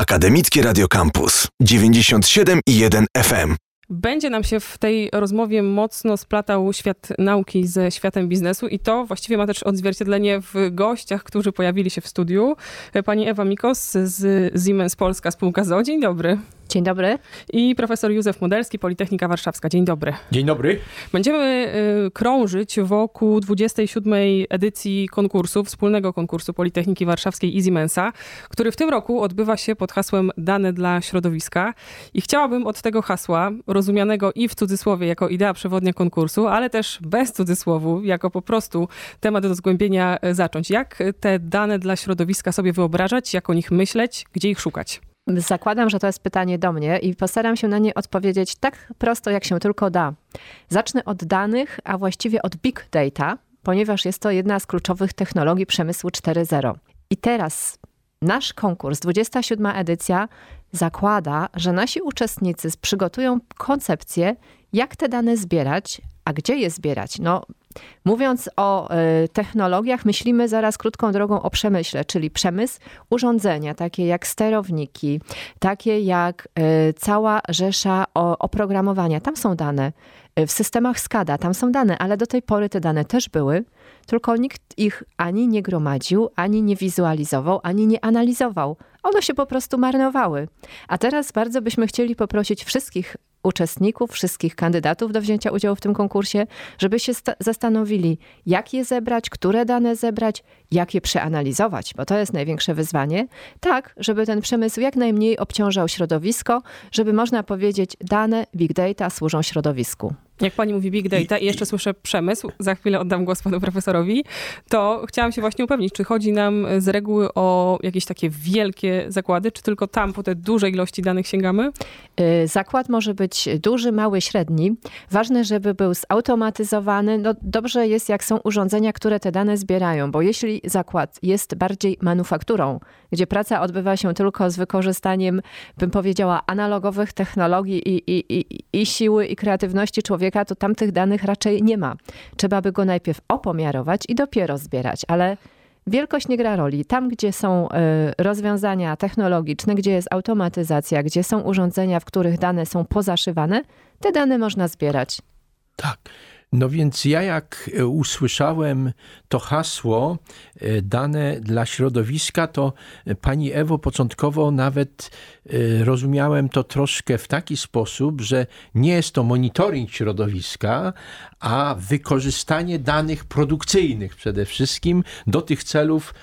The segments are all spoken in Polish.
Akademickie Radio Campus 97,1 FM. Będzie nam się w tej rozmowie mocno splatał świat nauki ze światem biznesu i to właściwie ma też odzwierciedlenie w gościach, którzy pojawili się w studiu. Pani Ewa Mikos z Siemens Polska Spółka z o.o. Dzień dobry. Dzień dobry. I profesor Józef Modelski, Politechnika Warszawska. Dzień dobry. Dzień dobry. Będziemy krążyć wokół 27. edycji konkursu, wspólnego konkursu Politechniki Warszawskiej i Siemensa, który w tym roku odbywa się pod hasłem Dane dla środowiska. I chciałabym od tego hasła, rozumianego i w cudzysłowie jako idea przewodnia konkursu, ale też bez cudzysłowu, jako po prostu temat do zgłębienia zacząć. Jak te dane dla środowiska sobie wyobrażać, jak o nich myśleć, gdzie ich szukać? Zakładam, że to jest pytanie do mnie i postaram się na nie odpowiedzieć tak prosto, jak się tylko da. Zacznę od danych, a właściwie od big data, ponieważ jest to jedna z kluczowych technologii przemysłu 4.0. I teraz nasz konkurs, 27. edycja, zakłada, że nasi uczestnicy przygotują koncepcję, jak te dane zbierać, a gdzie je zbierać. Mówiąc o technologiach, myślimy zaraz krótką drogą o przemyśle, czyli przemysł, urządzenia takie jak sterowniki, takie jak cała rzesza oprogramowania. Tam są dane. W systemach SCADA tam są dane, ale do tej pory te dane też były, tylko nikt ich ani nie gromadził, ani nie wizualizował, ani nie analizował. One się po prostu marnowały. A teraz bardzo byśmy chcieli poprosić wszystkich uczestników, wszystkich kandydatów do wzięcia udziału w tym konkursie, żeby się zastanowili, jak je zebrać, które dane zebrać, jak je przeanalizować, bo to jest największe wyzwanie, tak, żeby ten przemysł jak najmniej obciążał środowisko, żeby można powiedzieć, dane, big data służą środowisku. Jak pani mówi big data i jeszcze słyszę przemysł, za chwilę oddam głos panu profesorowi, to chciałam się właśnie upewnić, czy chodzi nam z reguły o jakieś takie wielkie zakłady, czy tylko tam po te duże ilości danych sięgamy? Zakład może być duży, mały, średni. Ważne, żeby był zautomatyzowany. Dobrze jest, jak są urządzenia, które te dane zbierają, bo jeśli zakład jest bardziej manufakturą, gdzie praca odbywa się tylko z wykorzystaniem, bym powiedziała, analogowych technologii i siły i kreatywności człowieka, to tam tych danych raczej nie ma. Trzeba by go najpierw opomiarować i dopiero zbierać, ale wielkość nie gra roli. Tam, gdzie są rozwiązania technologiczne, gdzie jest automatyzacja, gdzie są urządzenia, w których dane są pozaszywane, te dane można zbierać. Tak. No więc ja jak usłyszałem to hasło dane dla środowiska, to pani Ewo, początkowo nawet rozumiałem to troszkę w taki sposób, że nie jest to monitoring środowiska, a wykorzystanie danych produkcyjnych przede wszystkim do tych celów,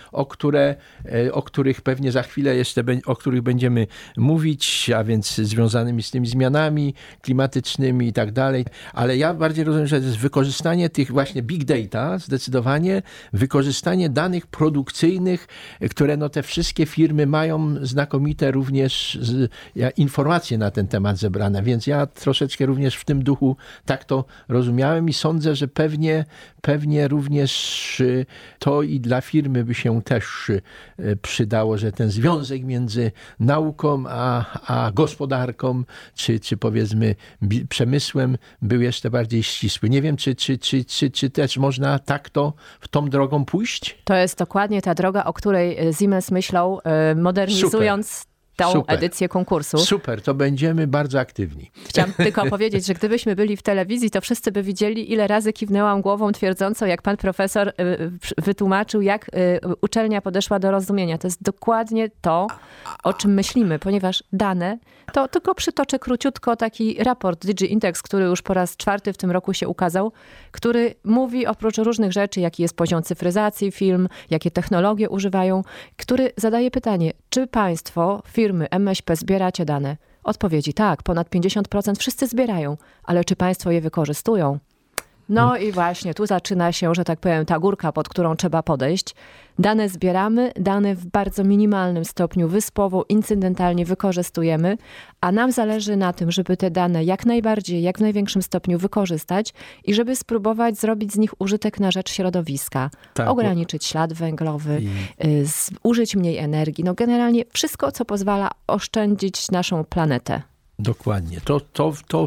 o których pewnie za chwilę jeszcze o których będziemy mówić, a więc związanymi z tymi zmianami klimatycznymi i tak dalej. Ale ja bardziej rozumiem, że to jest wykorzystanie tych właśnie big data, zdecydowanie wykorzystanie danych produkcyjnych, które te wszystkie firmy mają znakomite również informacje na ten temat zebrane, więc ja troszeczkę również w tym duchu tak to rozumiałem i sądzę, że pewnie również to i dla firmy by się też przydało, że ten związek między nauką a gospodarką, czy powiedzmy przemysłem był jeszcze bardziej ścisły. Nie wiem, czy też można tak to w tą drogą pójść? To jest dokładnie ta droga, o której Siemens myślał, modernizując tą edycję konkursu. Super, to będziemy bardzo aktywni. Chciałam tylko powiedzieć, że gdybyśmy byli w telewizji, to wszyscy by widzieli, ile razy kiwnęłam głową twierdząco, jak pan profesor wytłumaczył, jak uczelnia podeszła do rozumienia. To jest dokładnie to, o czym myślimy, ponieważ dane, to tylko przytoczę króciutko taki raport DigiIndex, który już po raz 4 w tym roku się ukazał, który mówi oprócz różnych rzeczy, jaki jest poziom cyfryzacji firm, jakie technologie używają, który zadaje pytanie, czy państwo, firmy, MŚP zbieracie dane? Odpowiedzi tak, ponad 50% wszyscy zbierają, ale czy państwo je wykorzystują? No i właśnie tu zaczyna się, że tak powiem, ta górka, pod którą trzeba podejść. Dane zbieramy, dane w bardzo minimalnym stopniu wyspowo, incydentalnie wykorzystujemy, a nam zależy na tym, żeby te dane jak najbardziej, jak w największym stopniu wykorzystać i żeby spróbować zrobić z nich użytek na rzecz środowiska. Tak, ograniczyć ślad węglowy, użyć mniej energii. Generalnie wszystko, co pozwala oszczędzić naszą planetę. Dokładnie. To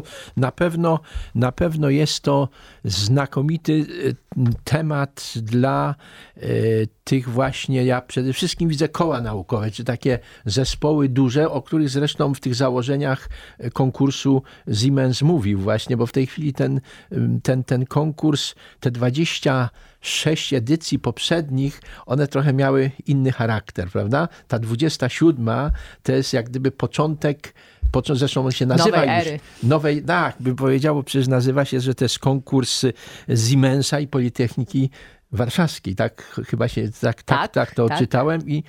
na pewno jest to znakomity temat dla tych właśnie, ja przede wszystkim widzę koła naukowe, czy takie zespoły duże, o których zresztą w tych założeniach konkursu Siemens mówił właśnie, bo w tej chwili ten konkurs, te 26 edycji poprzednich, one trochę miały inny charakter, prawda? Ta 27 to jest jak gdyby początek, zresztą on się nazywa nowej już. Ery. Nowej, tak, bym powiedział, przecież nazywa się, że to jest konkurs Siemensa i Politechniki Warszawskiej, tak? Chyba się tak to odczytałem i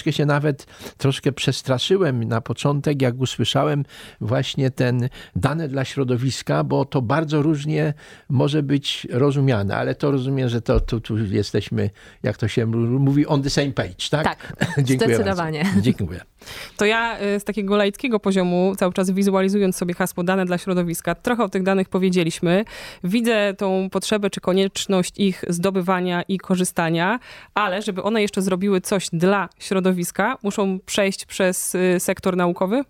troszkę przestraszyłem na początek, jak usłyszałem właśnie ten dane dla środowiska, bo to bardzo różnie może być rozumiane, ale to rozumiem, że tu jesteśmy, jak to się mówi, on the same page, tak? Tak, Dziękuję zdecydowanie. bardzo. Dziękuję. To ja z takiego laickiego poziomu, cały czas wizualizując sobie hasło dane dla środowiska, trochę o tych danych powiedzieliśmy. Widzę tą potrzebę czy konieczność ich zdobywania i korzystania, ale żeby one jeszcze zrobiły coś dla środowiska, muszą przejść przez sektor naukowy?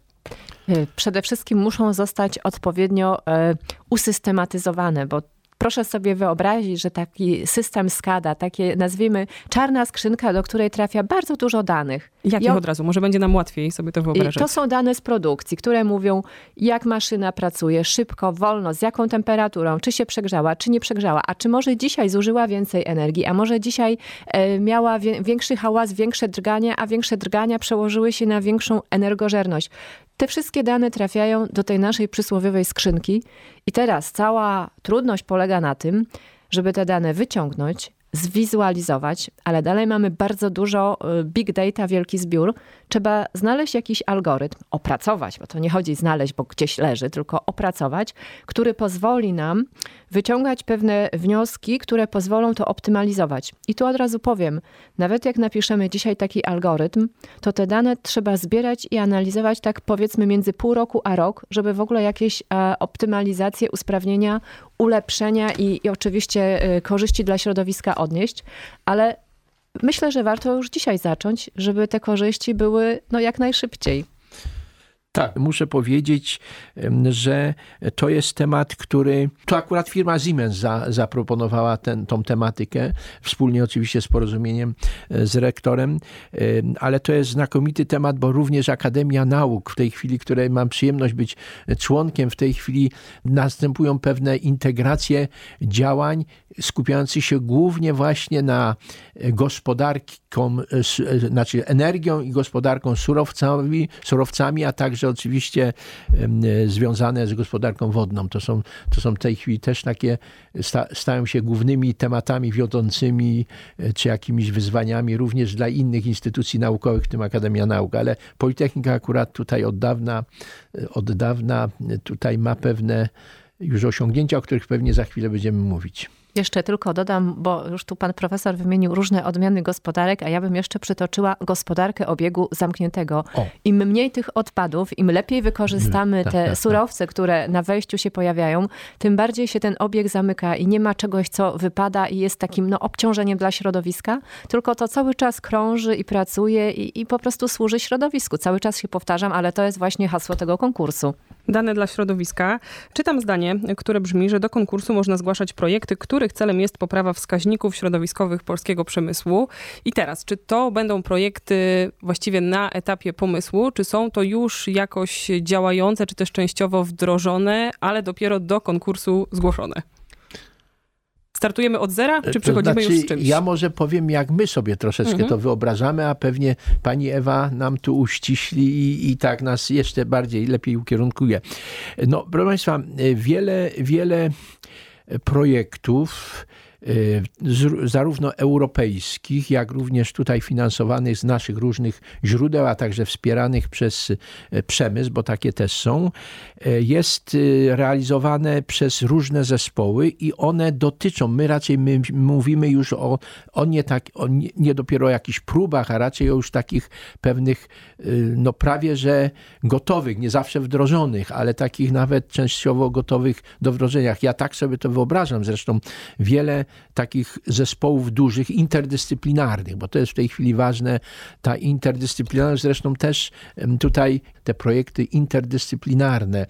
Przede wszystkim muszą zostać odpowiednio usystematyzowane, bo proszę sobie wyobrazić, że taki system SCADA, takie nazwijmy czarna skrzynka, do której trafia bardzo dużo danych. Jakich od razu? Może będzie nam łatwiej sobie to wyobrażać. To są dane z produkcji, które mówią, jak maszyna pracuje, szybko, wolno, z jaką temperaturą, czy się przegrzała, czy nie przegrzała, a czy może dzisiaj zużyła więcej energii, a może dzisiaj miała większy hałas, większe drgania, a większe drgania przełożyły się na większą energożerność. Te wszystkie dane trafiają do tej naszej przysłowiowej skrzynki i teraz cała trudność polega na tym, żeby te dane wyciągnąć, zwizualizować, ale dalej mamy bardzo dużo big data, wielki zbiór. Trzeba znaleźć jakiś algorytm, opracować, bo to nie chodzi znaleźć, bo gdzieś leży, tylko opracować, który pozwoli nam wyciągać pewne wnioski, które pozwolą to optymalizować. I tu od razu powiem, nawet jak napiszemy dzisiaj taki algorytm, to te dane trzeba zbierać i analizować tak powiedzmy między pół roku a rok, żeby w ogóle jakieś optymalizacje, usprawnienia, ulepszenia i oczywiście korzyści dla środowiska odnieść, ale myślę, że warto już dzisiaj zacząć, żeby te korzyści były jak najszybciej. Tak, muszę powiedzieć, że to jest temat, to akurat firma Siemens zaproponowała tą tematykę, wspólnie oczywiście z porozumieniem z rektorem, ale to jest znakomity temat, bo również Akademia Nauk w tej chwili, której mam przyjemność być członkiem, w tej chwili następują pewne integracje działań skupiających się głównie właśnie na znaczy energią i gospodarką surowcami, a także oczywiście związane z gospodarką wodną. To są w tej chwili też takie, stają się głównymi tematami wiodącymi, czy jakimiś wyzwaniami również dla innych instytucji naukowych, w tym Akademia Nauk, ale Politechnika akurat tutaj od dawna tutaj ma pewne już osiągnięcia, o których pewnie za chwilę będziemy mówić. Jeszcze tylko dodam, bo już tu pan profesor wymienił różne odmiany gospodarek, a ja bym jeszcze przytoczyła gospodarkę obiegu zamkniętego. Im mniej tych odpadów, im lepiej wykorzystamy te surowce, które na wejściu się pojawiają, tym bardziej się ten obieg zamyka i nie ma czegoś, co wypada i jest takim obciążeniem dla środowiska, tylko to cały czas krąży i pracuje i po prostu służy środowisku. Cały czas się powtarzam, ale to jest właśnie hasło tego konkursu. Dane dla środowiska. Czytam zdanie, które brzmi, że do konkursu można zgłaszać projekty, których celem jest poprawa wskaźników środowiskowych polskiego przemysłu. I teraz, czy to będą projekty właściwie na etapie pomysłu, czy są to już jakoś działające, czy też częściowo wdrożone, ale dopiero do konkursu zgłoszone? Startujemy od zera, czy przechodzimy już z czymś? Ja może powiem, jak my sobie troszeczkę to wyobrażamy, a pewnie pani Ewa nam tu uściśli i tak nas jeszcze lepiej ukierunkuje. Proszę Państwa, wiele projektów, zarówno europejskich, jak również tutaj finansowanych z naszych różnych źródeł, a także wspieranych przez przemysł, bo takie też są, jest realizowane przez różne zespoły i one dotyczą, my mówimy już o nie dopiero o jakichś próbach, a raczej o już takich pewnych, prawie że gotowych, nie zawsze wdrożonych, ale takich nawet częściowo gotowych do wdrożenia. Ja tak sobie to wyobrażam, zresztą wiele takich zespołów dużych, interdyscyplinarnych, bo to jest w tej chwili ważne, ta interdyscyplinarność, zresztą też tutaj te projekty interdyscyplinarne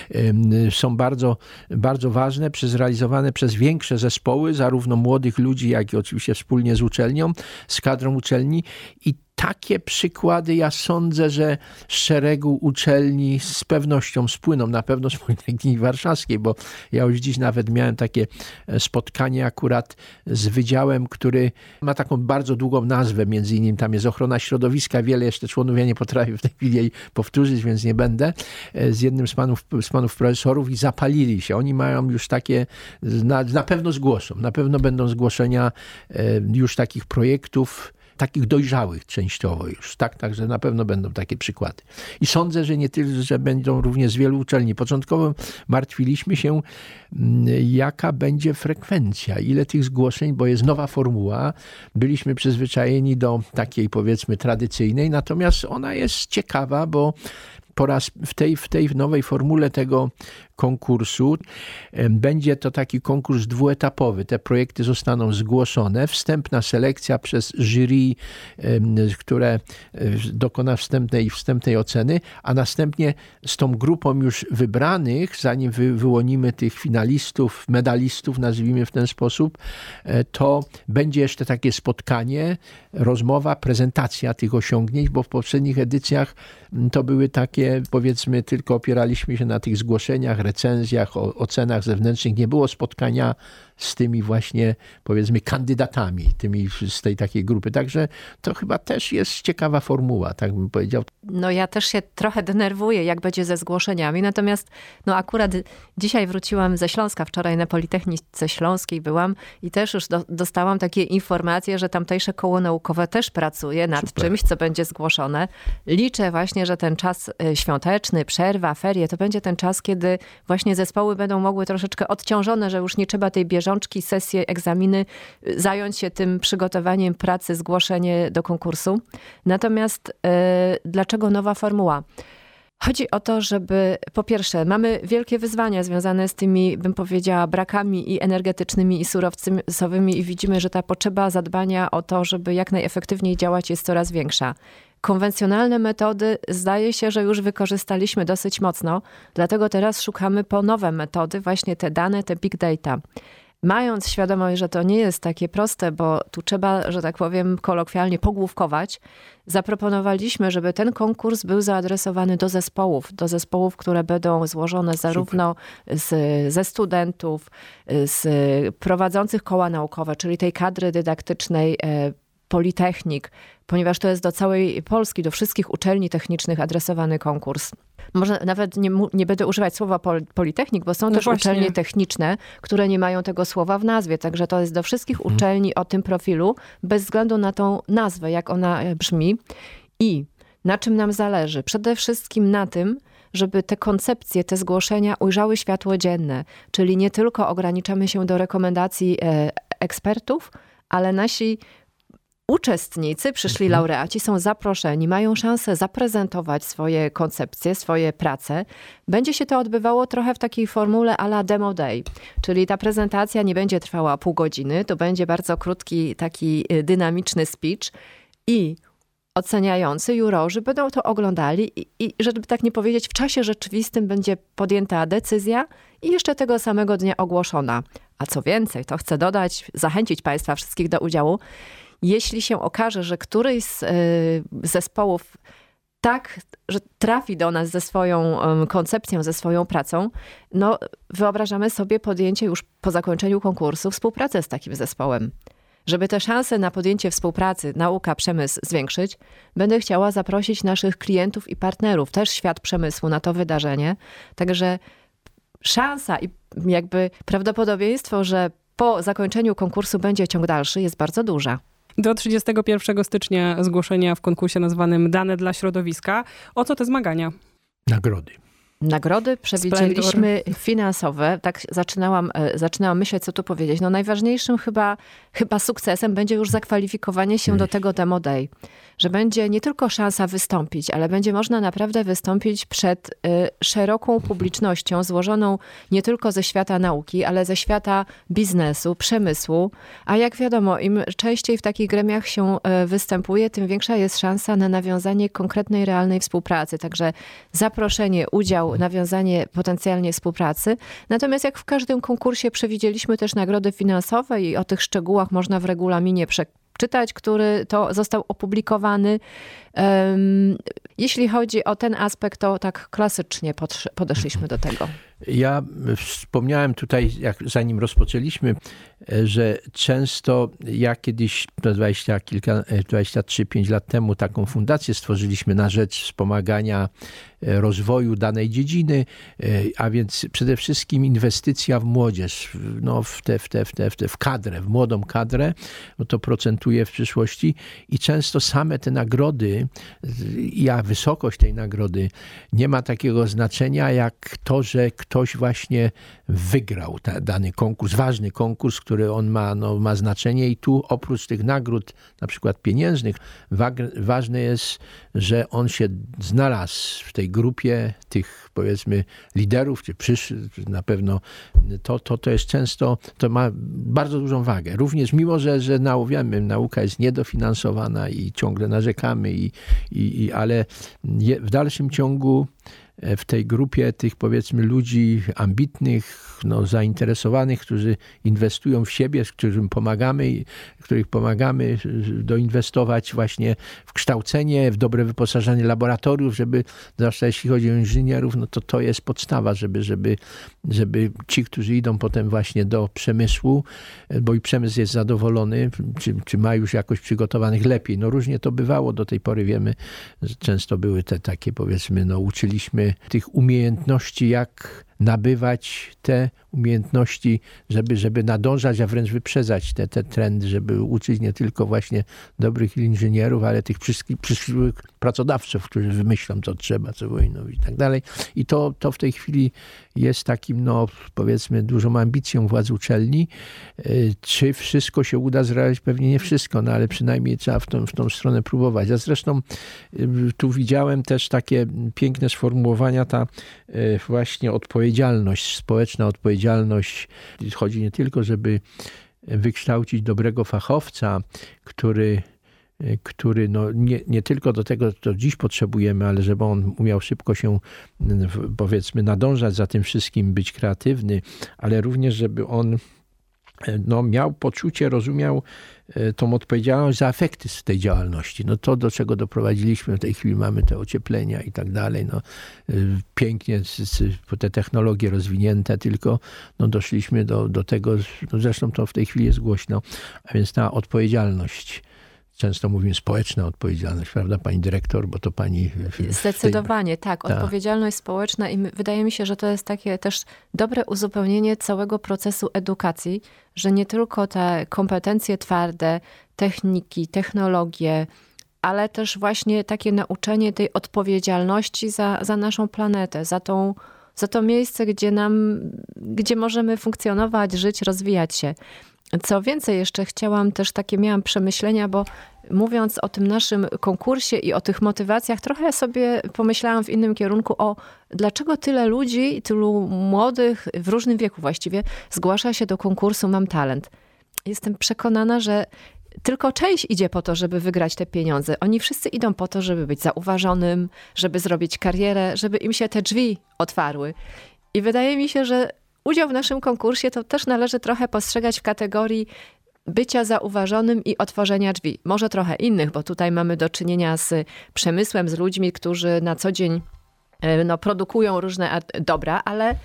są bardzo, bardzo ważne, zrealizowane przez większe zespoły, zarówno młodych ludzi, jak i oczywiście wspólnie z uczelnią, z kadrą uczelni i takie przykłady ja sądzę, że z szeregu uczelni z pewnością spłyną, na pewno z Politechniki Warszawskiej, bo ja już dziś nawet miałem takie spotkanie akurat z wydziałem, który ma taką bardzo długą nazwę, między innymi tam jest ochrona środowiska, wiele jeszcze członów, ja nie potrafię w tej chwili jej powtórzyć, więc nie będę, z jednym z panów profesorów i zapalili się. Oni mają już takie, na pewno zgłoszą, na pewno będą zgłoszenia już takich projektów, takich dojrzałych częściowo już, tak? Także na pewno będą takie przykłady. I sądzę, że nie tylko, że będą również z wielu uczelni. Początkowo martwiliśmy się, jaka będzie frekwencja, ile tych zgłoszeń, bo jest nowa formuła. Byliśmy przyzwyczajeni do takiej, powiedzmy, tradycyjnej, natomiast ona jest ciekawa, bo po raz w tej nowej formule tego konkursu będzie to taki konkurs dwuetapowy. Te projekty zostaną zgłoszone, wstępna selekcja przez jury, które dokona wstępnej oceny, a następnie z tą grupą już wybranych, zanim wyłonimy tych finalistów, medalistów, nazwijmy w ten sposób, to będzie jeszcze takie spotkanie, rozmowa, prezentacja tych osiągnięć, bo w poprzednich edycjach to były takie, powiedzmy, tylko opieraliśmy się na tych zgłoszeniach, recenzjach, ocenach zewnętrznych. Nie było spotkania z tymi właśnie, powiedzmy, kandydatami, tymi z tej takiej grupy. Także to chyba też jest ciekawa formuła, tak bym powiedział. No ja też się trochę denerwuję, jak będzie ze zgłoszeniami, natomiast no akurat dzisiaj wróciłam ze Śląska, wczoraj na Politechnice Śląskiej byłam i też już dostałam takie informacje, że tamtejsze koło naukowe też pracuje nad czymś, co będzie zgłoszone. Liczę właśnie, że ten czas świąteczny, przerwa, ferie, to będzie ten czas, kiedy właśnie zespoły będą mogły troszeczkę odciążone, że już nie trzeba tej bieżączki, sesje, egzaminy, zająć się tym przygotowaniem pracy, zgłoszenie do konkursu. Natomiast dlaczego nowa formuła? Chodzi o to, żeby po pierwsze, mamy wielkie wyzwania związane z tymi, bym powiedziała, brakami i energetycznymi i surowcowymi i widzimy, że ta potrzeba zadbania o to, żeby jak najefektywniej działać jest coraz większa. Konwencjonalne metody zdaje się, że już wykorzystaliśmy dosyć mocno, dlatego teraz szukamy po nowe metody, właśnie te dane, te big data. Mając świadomość, że to nie jest takie proste, bo tu trzeba, że tak powiem, kolokwialnie pogłówkować, zaproponowaliśmy, żeby ten konkurs był zaadresowany do zespołów, które będą złożone zarówno ze studentów, z prowadzących koła naukowe, czyli tej kadry dydaktycznej Politechnik, ponieważ to jest do całej Polski, do wszystkich uczelni technicznych adresowany konkurs. Może nawet nie będę używać słowa Politechnik, bo są też uczelnie techniczne, które nie mają tego słowa w nazwie. Także to jest do wszystkich uczelni o tym profilu, bez względu na tą nazwę, jak ona brzmi. I na czym nam zależy? Przede wszystkim na tym, żeby te koncepcje, te zgłoszenia ujrzały światło dzienne. Czyli nie tylko ograniczamy się do rekomendacji ekspertów, ale nasi uczestnicy, przyszli laureaci są zaproszeni, mają szansę zaprezentować swoje koncepcje, swoje prace. Będzie się to odbywało trochę w takiej formule à la demo day, czyli ta prezentacja nie będzie trwała pół godziny, to będzie bardzo krótki, taki dynamiczny speech i oceniający jurorzy będą to oglądali i żeby tak nie powiedzieć, w czasie rzeczywistym będzie podjęta decyzja i jeszcze tego samego dnia ogłoszona. A co więcej, to chcę dodać, zachęcić Państwa wszystkich do udziału. Jeśli się okaże, że któryś z zespołów tak, że trafi do nas ze swoją koncepcją, ze swoją pracą, no wyobrażamy sobie podjęcie już po zakończeniu konkursu współpracę z takim zespołem. Żeby te szanse na podjęcie współpracy, nauka, przemysł zwiększyć, będę chciała zaprosić naszych klientów i partnerów, też świat przemysłu na to wydarzenie. Także szansa i jakby prawdopodobieństwo, że po zakończeniu konkursu będzie ciąg dalszy, jest bardzo duża. Do 31 stycznia zgłoszenia w konkursie nazwanym Dane dla środowiska. O co te zmagania? Nagrody. Nagrody przewidzieliśmy finansowe. Tak zaczynałam myśleć, co tu powiedzieć. No najważniejszym chyba sukcesem będzie już zakwalifikowanie się do tego Demo Day. Że będzie nie tylko szansa wystąpić, ale będzie można naprawdę wystąpić przed szeroką publicznością, złożoną nie tylko ze świata nauki, ale ze świata biznesu, przemysłu. A jak wiadomo, im częściej w takich gremiach się występuje, tym większa jest szansa na nawiązanie konkretnej, realnej współpracy. Także zaproszenie, udział, nawiązanie potencjalnie współpracy. Natomiast jak w każdym konkursie przewidzieliśmy też nagrody finansowe i o tych szczegółach można w regulaminie czytać, który to został opublikowany. Jeśli chodzi o ten aspekt, to tak klasycznie podeszliśmy do tego. Ja wspomniałem tutaj, zanim rozpoczęliśmy, że często ja kiedyś, 23-5 lat temu, taką fundację stworzyliśmy na rzecz wspomagania rozwoju danej dziedziny, a więc przede wszystkim inwestycja w młodzież, no w kadrę, w młodą kadrę, bo to procentuje w przyszłości i często same te nagrody, wysokość tej nagrody nie ma takiego znaczenia jak to, że ktoś właśnie wygrał dany konkurs, ważny konkurs, który on ma znaczenie i tu oprócz tych nagród, na przykład pieniężnych, ważne jest, że on się znalazł w tej grupie tych, powiedzmy, liderów, czy na pewno to jest często, to ma bardzo dużą wagę. Również mimo, że nauka jest niedofinansowana i ciągle narzekamy, ale w dalszym ciągu w tej grupie tych, powiedzmy, ludzi ambitnych, zainteresowanych, którzy inwestują w siebie, którym pomagamy doinwestować właśnie w kształcenie, w dobre wyposażenie laboratoriów, żeby, zwłaszcza jeśli chodzi o inżynierów, to jest podstawa, żeby ci, którzy idą potem właśnie do przemysłu, bo i przemysł jest zadowolony, czy ma już jakoś przygotowanych lepiej. Różnie to bywało do tej pory, wiemy, że często były te takie, powiedzmy, uczyliśmy tych umiejętności, jak nabywać te umiejętności, żeby nadążać, a wręcz wyprzedzać te trendy, żeby uczyć nie tylko właśnie dobrych inżynierów, ale tych przyszłych pracodawców, którzy wymyślą, co trzeba, co powinno i tak dalej. I to w tej chwili jest takim, powiedzmy, dużą ambicją władz uczelni. Czy wszystko się uda zrealizować? Pewnie nie wszystko, ale przynajmniej trzeba w tą stronę próbować. Ja zresztą tu widziałem też takie piękne sformułowania, ta właśnie odpowiedzialność, społeczna odpowiedzialność. Chodzi nie tylko, żeby wykształcić dobrego fachowca, który nie tylko do tego, co dziś potrzebujemy, ale żeby on umiał szybko się, powiedzmy, nadążać za tym wszystkim, być kreatywny, ale również, żeby on miał poczucie, rozumiał tą odpowiedzialność za efekty z tej działalności. To, do czego doprowadziliśmy, w tej chwili mamy te ocieplenia i tak dalej. Pięknie te technologie rozwinięte, tylko doszliśmy do tego, zresztą to w tej chwili jest głośno, a więc ta odpowiedzialność. Często mówimy społeczna odpowiedzialność, prawda, pani dyrektor, bo to pani... Zdecydowanie, tak. Odpowiedzialność społeczna i wydaje mi się, że to jest takie też dobre uzupełnienie całego procesu edukacji, że nie tylko te kompetencje twarde, techniki, technologie, ale też właśnie takie nauczenie tej odpowiedzialności za naszą planetę, za to miejsce, gdzie możemy funkcjonować, żyć, rozwijać się. Co więcej, jeszcze miałam przemyślenia, bo mówiąc o tym naszym konkursie i o tych motywacjach, trochę sobie pomyślałam w innym kierunku dlaczego tyle ludzi, tylu młodych, w różnym wieku właściwie, zgłasza się do konkursu Mam Talent. Jestem przekonana, że tylko część idzie po to, żeby wygrać te pieniądze. Oni wszyscy idą po to, żeby być zauważonym, żeby zrobić karierę, żeby im się te drzwi otwarły. I wydaje mi się, że udział w naszym konkursie to też należy trochę postrzegać w kategorii bycia zauważonym i otworzenia drzwi. Może trochę innych, bo tutaj mamy do czynienia z przemysłem, z ludźmi, którzy na co dzień produkują różne dobra, ale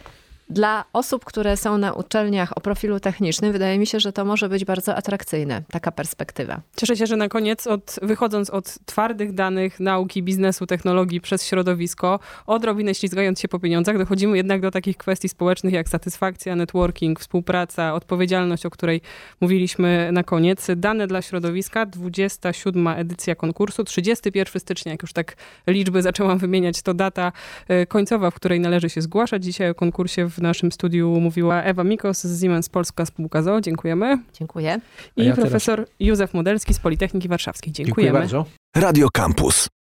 Dla osób, które są na uczelniach o profilu technicznym, wydaje mi się, że to może być bardzo atrakcyjne, taka perspektywa. Cieszę się, że na koniec, wychodząc od twardych danych nauki, biznesu, technologii przez środowisko, odrobinę ślizgając się po pieniądzach, dochodzimy jednak do takich kwestii społecznych jak satysfakcja, networking, współpraca, odpowiedzialność, o której mówiliśmy na koniec. Dane dla środowiska, 27. edycja konkursu, 31 stycznia, jak już tak liczby zaczęłam wymieniać, to data końcowa, w której należy się zgłaszać. Dzisiaj o konkursie w naszym studiu mówiła Ewa Mikos z Siemens Polska Spółka z o.o. Dziękujemy. Dziękuję. I profesor Józef Modelski z Politechniki Warszawskiej. Dziękuję bardzo. Radio Campus.